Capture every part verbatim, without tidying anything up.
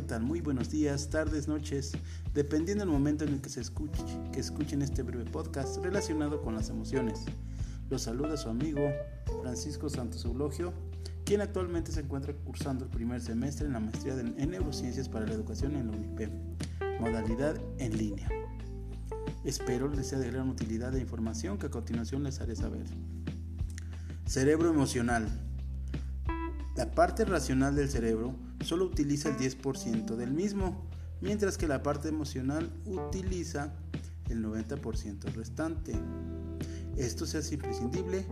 ¿qué tal? Muy buenos días, tardes, noches, dependiendo del momento en el que se escuche, que escuchen este breve podcast relacionado con las emociones. Los saluda su amigo Francisco Santos Eulogio, quien actualmente se encuentra cursando el primer semestre en la maestría en Neurociencias para la Educación en la UNIPEM, modalidad en línea. Espero les sea de gran utilidad la información que a continuación les haré saber. Cerebro emocional. La parte racional del cerebro solo utiliza el diez por ciento del mismo, mientras que la parte emocional utiliza el noventa por ciento restante. Esto se hace imprescindible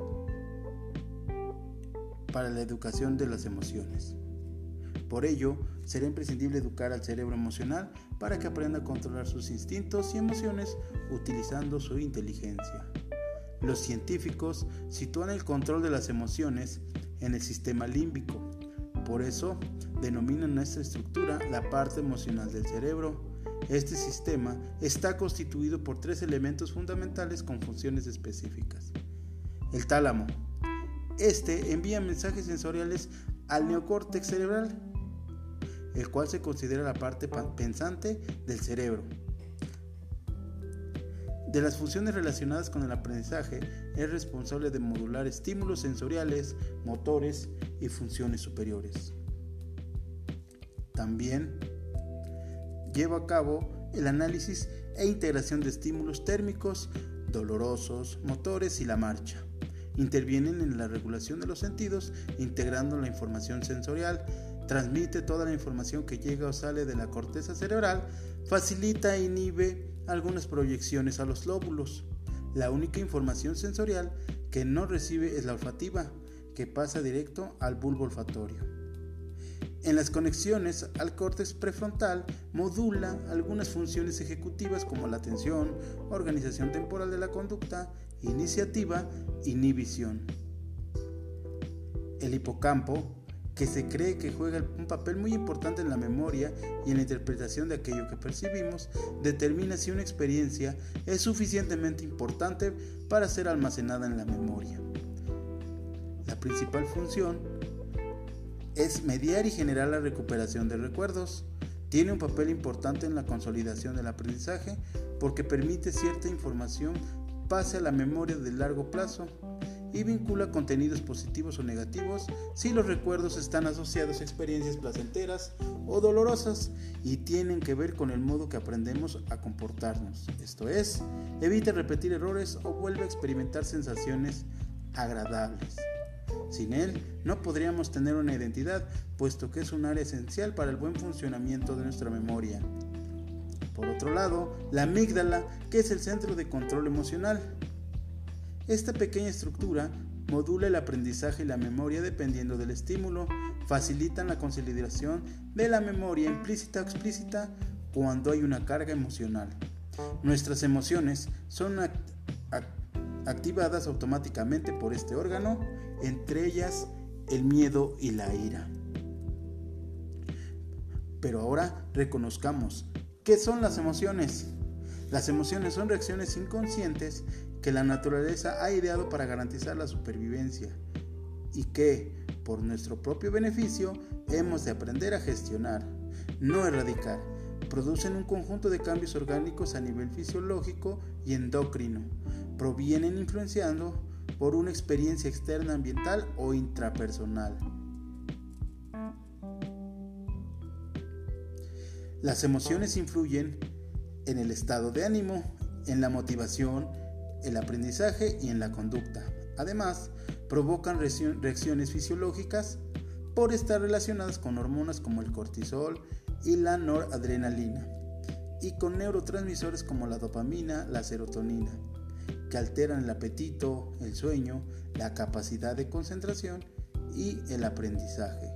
para la educación de las emociones. Por ello, será imprescindible educar al cerebro emocional para que aprenda a controlar sus instintos y emociones utilizando su inteligencia. Los científicos sitúan el control de las emociones en el sistema límbico. Por eso, denominan a esta estructura la parte emocional del cerebro. Este sistema está constituido por tres elementos fundamentales con funciones específicas. El tálamo. Este envía mensajes sensoriales al neocórtex cerebral, el cual se considera la parte pensante del cerebro. De las funciones relacionadas con el aprendizaje, es responsable de modular estímulos sensoriales, motores y funciones superiores. También lleva a cabo el análisis e integración de estímulos térmicos, dolorosos, motores y la marcha. Intervienen en la regulación de los sentidos, integrando la información sensorial, transmite toda la información que llega o sale de la corteza cerebral, facilita e inhibe algunas proyecciones a los lóbulos. La única información sensorial que no recibe es la olfativa, que pasa directo al bulbo olfatorio. En las conexiones al córtex prefrontal modula algunas funciones ejecutivas como la atención, organización temporal de la conducta, iniciativa, inhibición. El hipocampo, que se cree que juega un papel muy importante en la memoria y en la interpretación de aquello que percibimos, determina si una experiencia es suficientemente importante para ser almacenada en la memoria. La principal función es mediar y generar la recuperación de recuerdos. Tiene un papel importante en la consolidación del aprendizaje porque permite cierta información pase a la memoria de largo plazo y vincula contenidos positivos o negativos si los recuerdos están asociados a experiencias placenteras o dolorosas y tienen que ver con el modo que aprendemos a comportarnos. Esto es, evita repetir errores o vuelve a experimentar sensaciones agradables. Sin él, no podríamos tener una identidad, puesto que es un área esencial para el buen funcionamiento de nuestra memoria. Por otro lado, la amígdala, que es el centro de control emocional. Esta pequeña estructura modula el aprendizaje y la memoria dependiendo del estímulo, facilitan la consolidación de la memoria implícita o explícita cuando hay una carga emocional. Nuestras emociones son act- act- activadas automáticamente por este órgano, entre ellas el miedo y la ira. Pero ahora reconozcamos, ¿qué son las emociones? Las emociones son reacciones inconscientes que la naturaleza ha ideado para garantizar la supervivencia y que, por nuestro propio beneficio, hemos de aprender a gestionar, no erradicar. Producen un conjunto de cambios orgánicos a nivel fisiológico y endocrino. Provienen influenciando por una experiencia externa ambiental o intrapersonal. Las emociones influyen en el estado de ánimo, en la motivación, el aprendizaje y en la conducta. Además, provocan reacciones fisiológicas por estar relacionadas con hormonas como el cortisol y la noradrenalina y con neurotransmisores como la dopamina, la serotonina, que alteran el apetito, el sueño, la capacidad de concentración y el aprendizaje.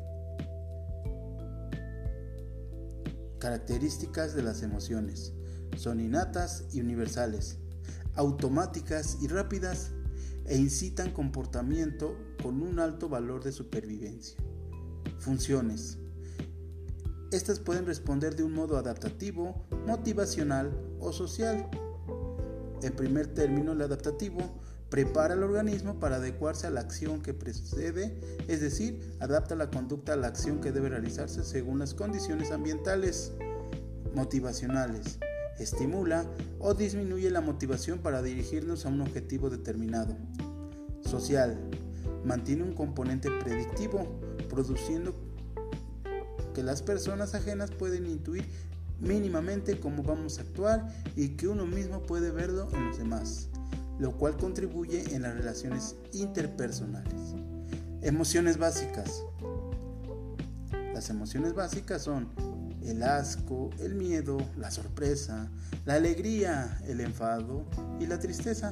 Características de las emociones. Son innatas y universales, automáticas y rápidas, e incitan comportamiento con un alto valor de supervivencia. Funciones. Estas pueden responder de un modo adaptativo, motivacional o social. En primer término, el adaptativo prepara al organismo para adecuarse a la acción que precede, es decir, adapta la conducta a la acción que debe realizarse según las condiciones ambientales, motivacionales, estimula o disminuye la motivación para dirigirnos a un objetivo determinado. Social, mantiene un componente predictivo, produciendo que las personas ajenas pueden intuir mínimamente cómo vamos a actuar y que uno mismo puede verlo en los demás, lo cual contribuye en las relaciones interpersonales. Emociones básicas. Las emociones básicas son el asco, el miedo, la sorpresa, la alegría, el enfado y la tristeza.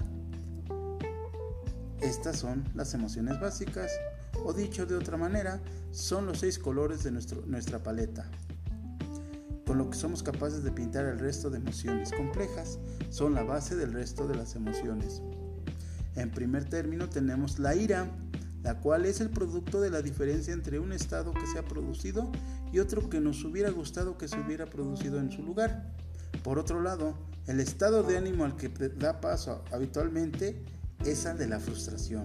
Estas son las emociones básicas, o dicho de otra manera, son los seis colores de nuestro, nuestra paleta, con lo que somos capaces de pintar el resto de emociones complejas. Son la base del resto de las emociones. En primer término tenemos la ira, la cual es el producto de la diferencia entre un estado que se ha producido y otro que nos hubiera gustado que se hubiera producido en su lugar. Por otro lado, el estado de ánimo al que da paso habitualmente es el de la frustración.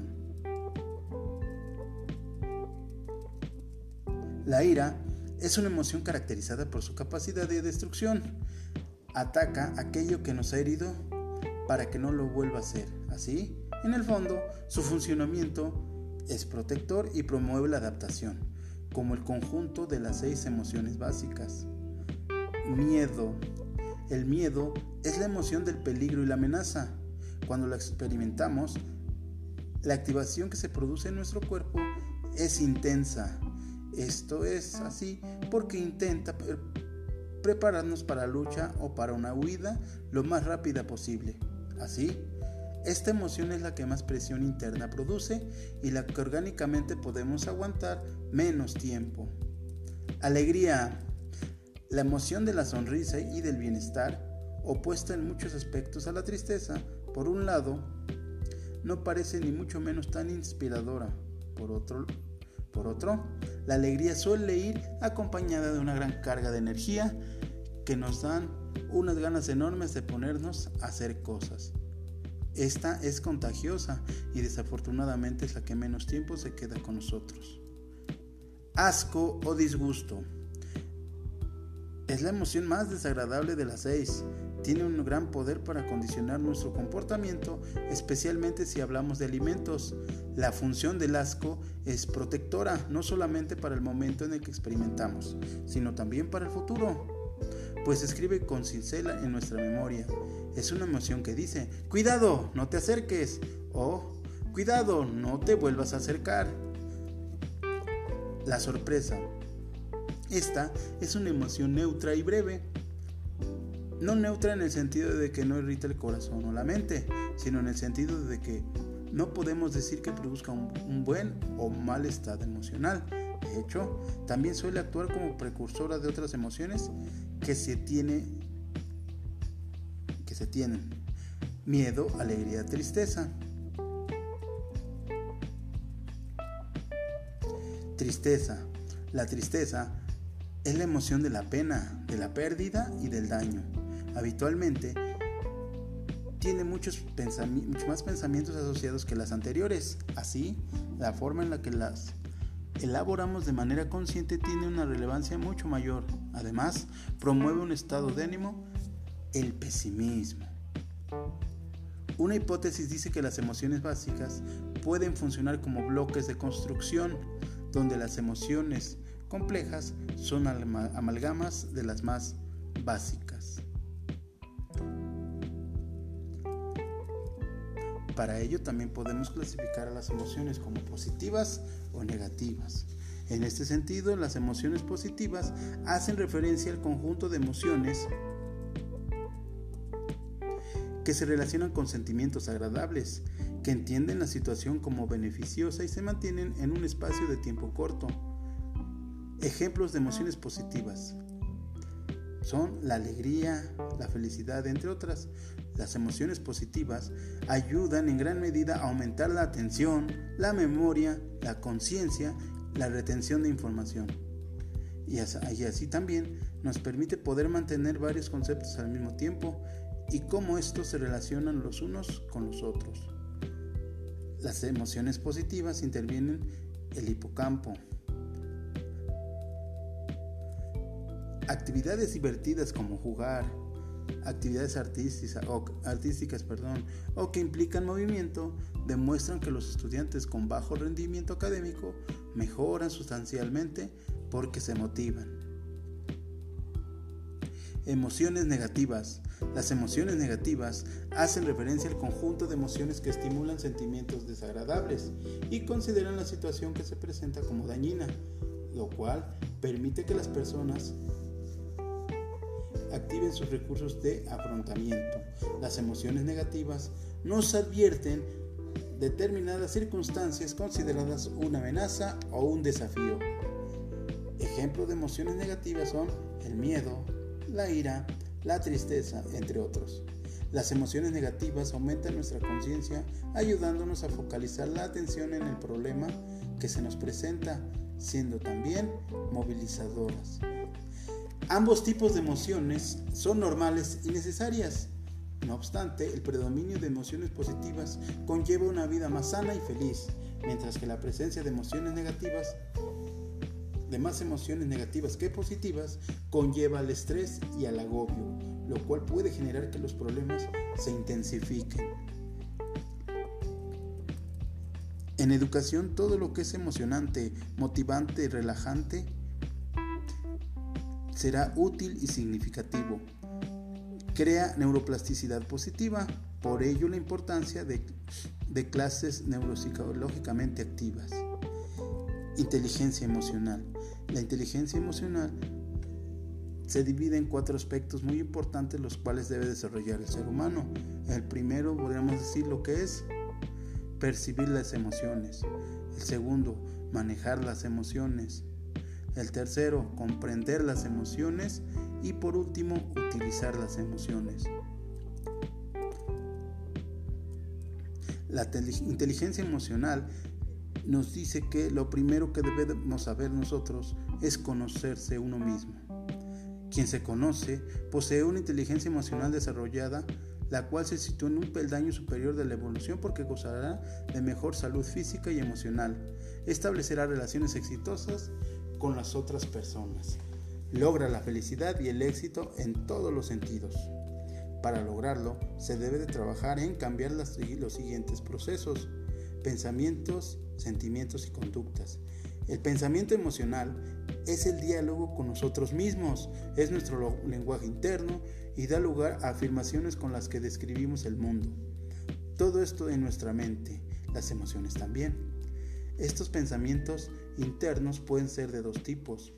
La ira es una emoción caracterizada por su capacidad de destrucción. Ataca aquello que nos ha herido para que no lo vuelva a hacer. Así, en el fondo, su funcionamiento es protector y promueve la adaptación, como el conjunto de las seis emociones básicas. Miedo. El miedo es la emoción del peligro y la amenaza. Cuando la experimentamos, la activación que se produce en nuestro cuerpo es intensa. Esto es así porque intenta pre- prepararnos para la lucha o para una huida lo más rápida posible. Así, esta emoción es la que más presión interna produce y la que orgánicamente podemos aguantar menos tiempo. Alegría. La emoción de la sonrisa y del bienestar, opuesta en muchos aspectos a la tristeza, por un lado, no parece ni mucho menos tan inspiradora. Por otro, por otro, la alegría suele ir acompañada de una gran carga de energía que nos dan unas ganas enormes de ponernos a hacer cosas. Esta es contagiosa y desafortunadamente es la que menos tiempo se queda con nosotros. Asco o disgusto. Es la emoción más desagradable de las seis. Tiene un gran poder para condicionar nuestro comportamiento, especialmente si hablamos de alimentos. La función del asco es protectora, no solamente para el momento en el que experimentamos, sino también para el futuro, pues se escribe con cincel en nuestra memoria. Es una emoción que dice: cuidado, no te acerques, o cuidado, no te vuelvas a acercar. La sorpresa. Esta es una emoción neutra y breve. No neutra en el sentido de que no irrita el corazón o la mente, sino en el sentido de que no podemos decir que produzca un, un buen o mal estado emocional. De hecho, también suele actuar como precursora de otras emociones que se tiene, que se tienen. Miedo, alegría, tristeza. Tristeza. La tristeza es la emoción de la pena, de la pérdida y del daño. Habitualmente tiene muchos, pensami- muchos más pensamientos asociados que las anteriores. Así, la forma en la que las elaboramos de manera consciente tiene una relevancia mucho mayor. Además, promueve un estado de ánimo, el pesimismo. Una hipótesis dice que las emociones básicas pueden funcionar como bloques de construcción, donde las emociones complejas son amalgamas de las más básicas. Para ello también podemos clasificar a las emociones como positivas o negativas. En este sentido, las emociones positivas hacen referencia al conjunto de emociones que se relacionan con sentimientos agradables, que entienden la situación como beneficiosa y se mantienen en un espacio de tiempo corto. Ejemplos de emociones positivas son la alegría, la felicidad, entre otras. Las emociones positivas ayudan en gran medida a aumentar la atención, la memoria, la conciencia, la retención de información. Y así también nos permite poder mantener varios conceptos al mismo tiempo y cómo estos se relacionan los unos con los otros. Las emociones positivas intervienen el hipocampo. Actividades divertidas como jugar, actividades artísticas, o, artísticas perdón, o que implican movimiento demuestran que los estudiantes con bajo rendimiento académico mejoran sustancialmente porque se motivan. Emociones negativas. Las emociones negativas hacen referencia al conjunto de emociones que estimulan sentimientos desagradables y consideran la situación que se presenta como dañina, lo cual permite que las personas activen sus recursos de afrontamiento. Las emociones negativas nos advierten determinadas circunstancias consideradas una amenaza o un desafío. Ejemplos de emociones negativas son el miedo, la ira, la tristeza, entre otros. Las emociones negativas aumentan nuestra conciencia, ayudándonos a focalizar la atención en el problema que se nos presenta, siendo también movilizadoras. Ambos tipos de emociones son normales y necesarias. No obstante, el predominio de emociones positivas conlleva una vida más sana y feliz, mientras que la presencia de emociones negativas, de más emociones negativas que positivas, conlleva al estrés y al agobio, lo cual puede generar que los problemas se intensifiquen. En educación, todo lo que es emocionante, motivante y relajante será útil y significativo. Crea neuroplasticidad positiva, por ello la importancia de, de clases neuropsicológicamente activas. Inteligencia emocional. La inteligencia emocional se divide en cuatro aspectos muy importantes los cuales debe desarrollar el ser humano. El primero podríamos decir lo que es percibir las emociones. El segundo, manejar las emociones. El tercero, comprender las emociones. Y por último, utilizar las emociones. La inteligencia emocional nos dice que lo primero que debemos saber nosotros es conocerse uno mismo. Quien se conoce posee una inteligencia emocional desarrollada, la cual se sitúa en un peldaño superior de la evolución porque gozará de mejor salud física y emocional. Establecerá relaciones exitosas con las otras personas. Logra la felicidad y el éxito en todos los sentidos. Para lograrlo, se debe de trabajar en cambiar las, los siguientes procesos: pensamientos, sentimientos y conductas. El pensamiento emocional es el diálogo con nosotros mismos, es nuestro lenguaje interno y da lugar a afirmaciones con las que describimos el mundo. Todo esto en nuestra mente, las emociones también. Estos pensamientos internos pueden ser de dos tipos.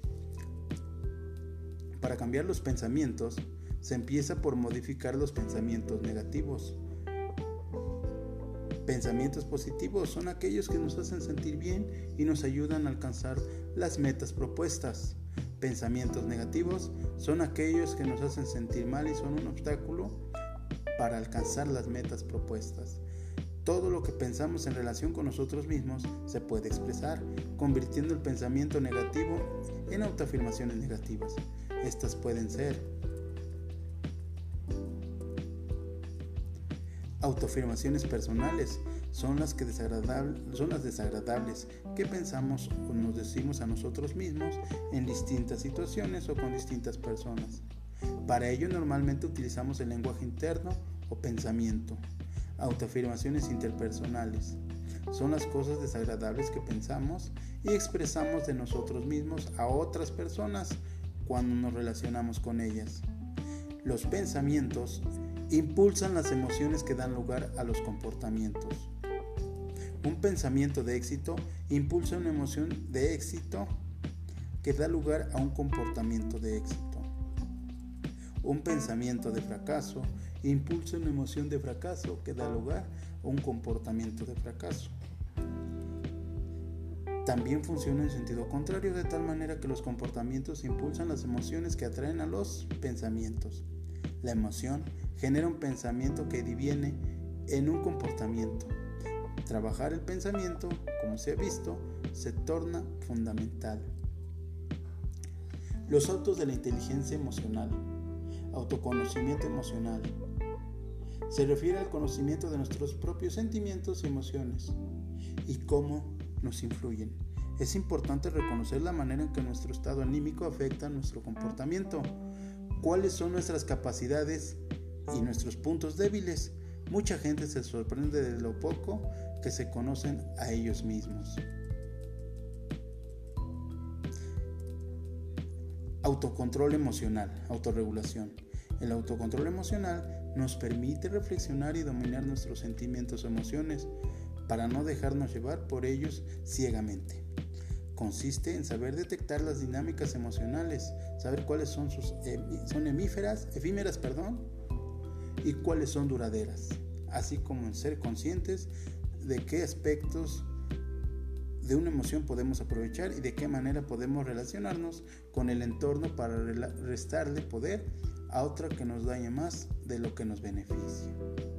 Para cambiar los pensamientos, se empieza por modificar los pensamientos negativos. Pensamientos positivos son aquellos que nos hacen sentir bien y nos ayudan a alcanzar las metas propuestas. Pensamientos negativos son aquellos que nos hacen sentir mal y son un obstáculo para alcanzar las metas propuestas. Todo lo que pensamos en relación con nosotros mismos se puede expresar, convirtiendo el pensamiento negativo en autoafirmaciones negativas. Estas pueden ser autoafirmaciones personales, son las, que desagradable, son las desagradables que pensamos o nos decimos a nosotros mismos en distintas situaciones o con distintas personas. Para ello normalmente utilizamos el lenguaje interno o pensamiento. Autoafirmaciones interpersonales son las cosas desagradables que pensamos y expresamos de nosotros mismos a otras personas cuando nos relacionamos con ellas. Los pensamientos impulsan las emociones que dan lugar a los comportamientos. Un pensamiento de éxito impulsa una emoción de éxito que da lugar a un comportamiento de éxito. Un pensamiento de fracaso impulsa una emoción de fracaso que da lugar a un comportamiento de fracaso. También funciona en sentido contrario, de tal manera que los comportamientos impulsan las emociones que atraen a los pensamientos. La emoción genera un pensamiento que diviene en un comportamiento. Trabajar el pensamiento, como se ha visto, se torna fundamental. Los autos de la inteligencia emocional. Autoconocimiento emocional. Se refiere al conocimiento de nuestros propios sentimientos y emociones y cómo nos influyen. Es importante reconocer la manera en que nuestro estado anímico afecta nuestro comportamiento, cuáles son nuestras capacidades y nuestros puntos débiles. Mucha gente se sorprende de lo poco que se conocen a ellos mismos. Autocontrol emocional, autorregulación. El autocontrol emocional nos permite reflexionar y dominar nuestros sentimientos o emociones para no dejarnos llevar por ellos ciegamente. Consiste en saber detectar las dinámicas emocionales, saber cuáles son sus son efímeras, efímeras, perdón, y cuáles son duraderas, así como en ser conscientes de qué aspectos de una emoción podemos aprovechar y de qué manera podemos relacionarnos con el entorno para restarle poder a otra que nos dañe más de lo que nos beneficia.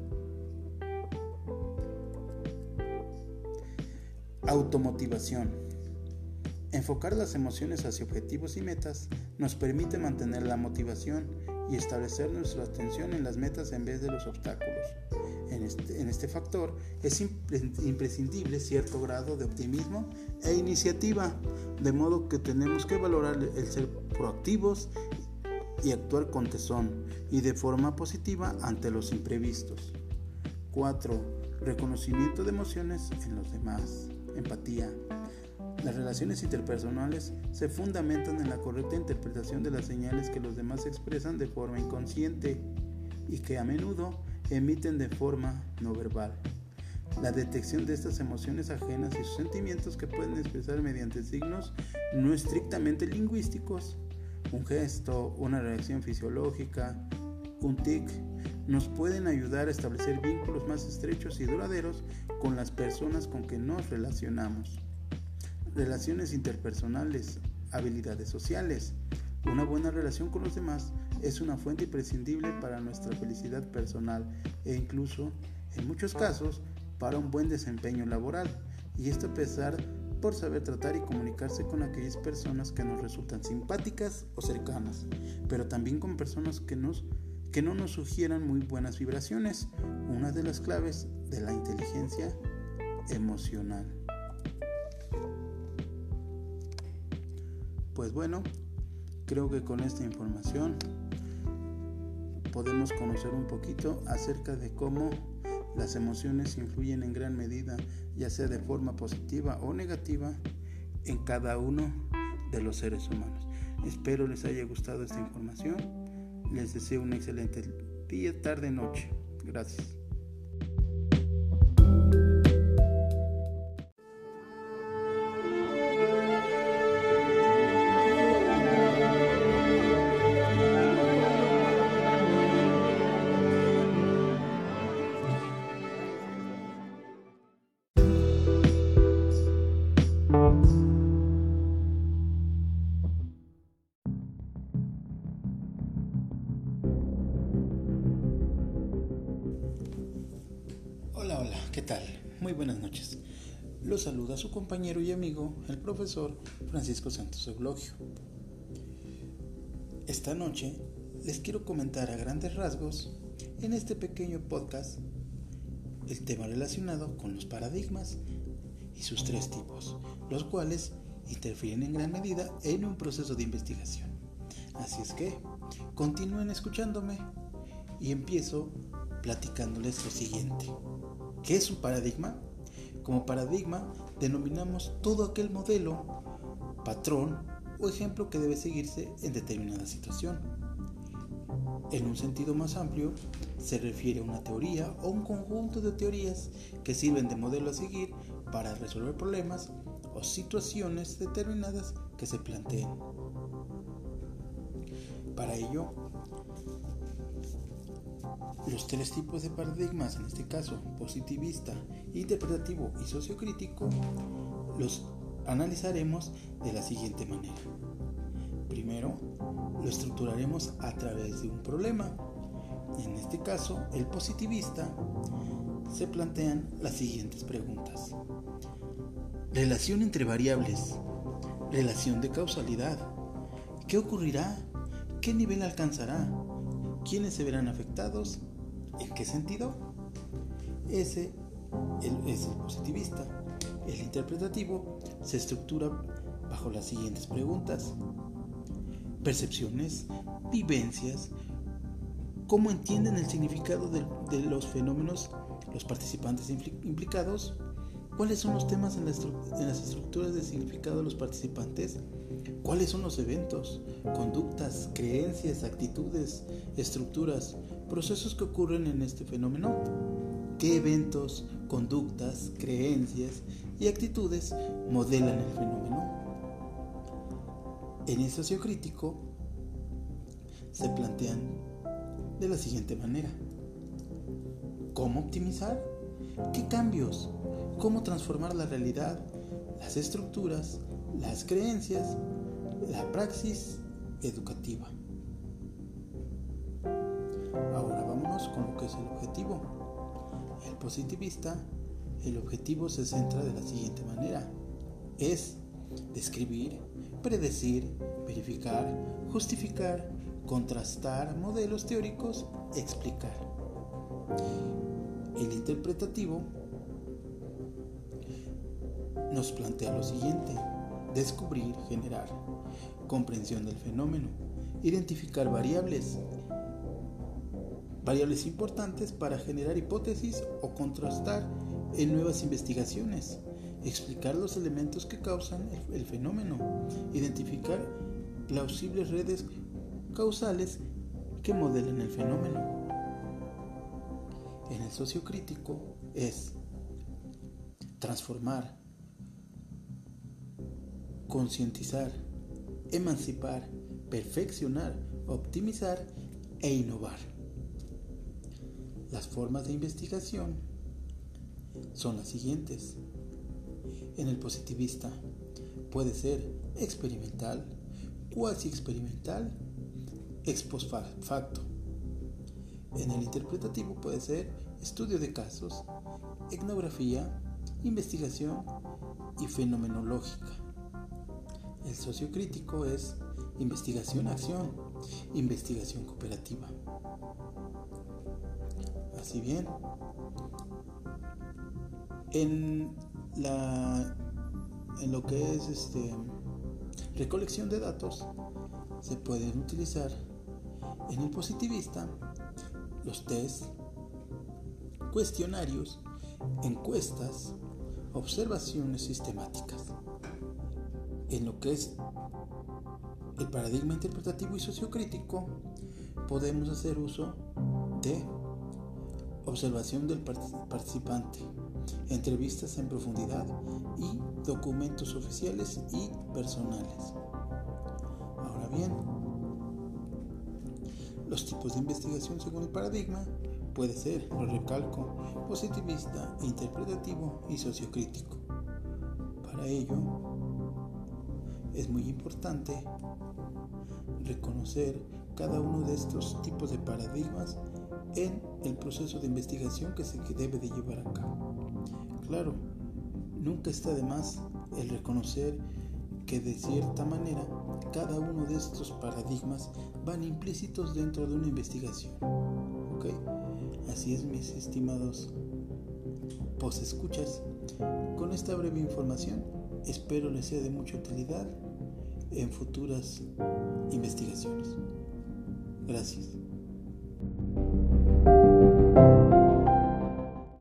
Automotivación. Enfocar las emociones hacia objetivos y metas nos permite mantener la motivación y establecer nuestra atención en las metas en vez de los obstáculos. En este, en este factor es imprescindible cierto grado de optimismo e iniciativa, de modo que tenemos que valorar el ser proactivos y actuar con tesón y de forma positiva ante los imprevistos. cuatro. Reconocimiento de emociones en los demás. Empatía. Las relaciones interpersonales se fundamentan en la correcta interpretación de las señales que los demás expresan de forma inconsciente y que a menudo emiten de forma no verbal. La detección de estas emociones ajenas y sus sentimientos que pueden expresar mediante signos no estrictamente lingüísticos, un gesto, una reacción fisiológica, un tic, nos pueden ayudar a establecer vínculos más estrechos y duraderos con las personas con que nos relacionamos. Relaciones interpersonales, habilidades sociales. Una buena relación con los demás es una fuente imprescindible para nuestra felicidad personal e incluso, en muchos casos, para un buen desempeño laboral, y esto a pesar por saber tratar y comunicarse con aquellas personas que nos resultan simpáticas o cercanas, pero también con personas que, nos, que no nos sugieran muy buenas vibraciones, una de las claves de la inteligencia emocional. Pues bueno, creo que con esta información podemos conocer un poquito acerca de cómo las emociones influyen en gran medida, ya sea de forma positiva o negativa, en cada uno de los seres humanos. Espero les haya gustado esta información. Les deseo un excelente día, tarde, noche. Gracias. Hola, hola, ¿qué tal? Muy buenas noches. Los saluda su compañero y amigo, el profesor Francisco Santos Eulogio. Esta noche les quiero comentar a grandes rasgos, en este pequeño podcast, el tema relacionado con los paradigmas y sus tres tipos, los cuales interfieren en gran medida en un proceso de investigación. Así es que continúen escuchándome y empiezo platicándoles lo siguiente. ¿Qué es un paradigma? Como paradigma denominamos todo aquel modelo, patrón o ejemplo que debe seguirse en determinada situación. En un sentido más amplio, se refiere a una teoría o un conjunto de teorías que sirven de modelo a seguir para resolver problemas o situaciones determinadas que se planteen. Para ello, los tres tipos de paradigmas, en este caso positivista, interpretativo y sociocrítico, los analizaremos de la siguiente manera. Primero, lo estructuraremos a través de un problema. En este caso, el positivista, se plantean las siguientes preguntas. Relación entre variables. Relación de causalidad. ¿Qué ocurrirá? ¿Qué nivel alcanzará? ¿Quiénes se verán afectados? ¿En qué sentido? Ese el, es el positivista. El interpretativo se estructura bajo las siguientes preguntas: percepciones, vivencias, cómo entienden el significado de, de los fenómenos los participantes implicados, cuáles son los temas en, la en las estructuras de significado de los participantes, cuáles son los eventos, conductas, creencias, actitudes, estructuras, procesos que ocurren en este fenómeno, qué eventos, conductas, creencias y actitudes modelan el fenómeno. En el sociocrítico se plantean de la siguiente manera: ¿cómo optimizar? ¿Qué cambios? ¿Cómo transformar la realidad, las estructuras, las creencias, la praxis educativa? Ahora vámonos con lo que es el objetivo. El positivista, el objetivo se centra de la siguiente manera: es describir, predecir, verificar, justificar, contrastar modelos teóricos, explicar. El interpretativo nos plantea lo siguiente: descubrir, generar, comprensión del fenómeno, identificar variables, variables importantes para generar hipótesis o contrastar en nuevas investigaciones, explicar los elementos que causan el, el fenómeno, identificar plausibles redes causales que modelen el fenómeno. En el sociocrítico es transformar, concientizar, emancipar, perfeccionar, optimizar e innovar. Las formas de investigación son las siguientes. En el positivista puede ser experimental, cuasi experimental, ex post facto. En el interpretativo puede ser estudio de casos, etnografía, investigación y fenomenológica. El sociocrítico es investigación-acción, investigación cooperativa. Así bien, en, la, en lo que es este, recolección de datos, se pueden utilizar en el positivista los test, cuestionarios, encuestas, observaciones sistemáticas. En lo que es el paradigma interpretativo y sociocrítico, podemos hacer uso de observación del participante, entrevistas en profundidad y documentos oficiales y personales. Ahora bien, los tipos de investigación según el paradigma puede ser, lo recalco, positivista, interpretativo y sociocrítico. Para ello, es muy importante reconocer cada uno de estos tipos de paradigmas en el proceso de investigación que se debe de llevar a cabo. Claro, nunca está de más el reconocer que de cierta manera cada uno de estos paradigmas van implícitos dentro de una investigación. ¿Ok? Así es, mis estimados posescuchas. Con esta breve información espero les sea de mucha utilidad en futuras investigaciones. Gracias.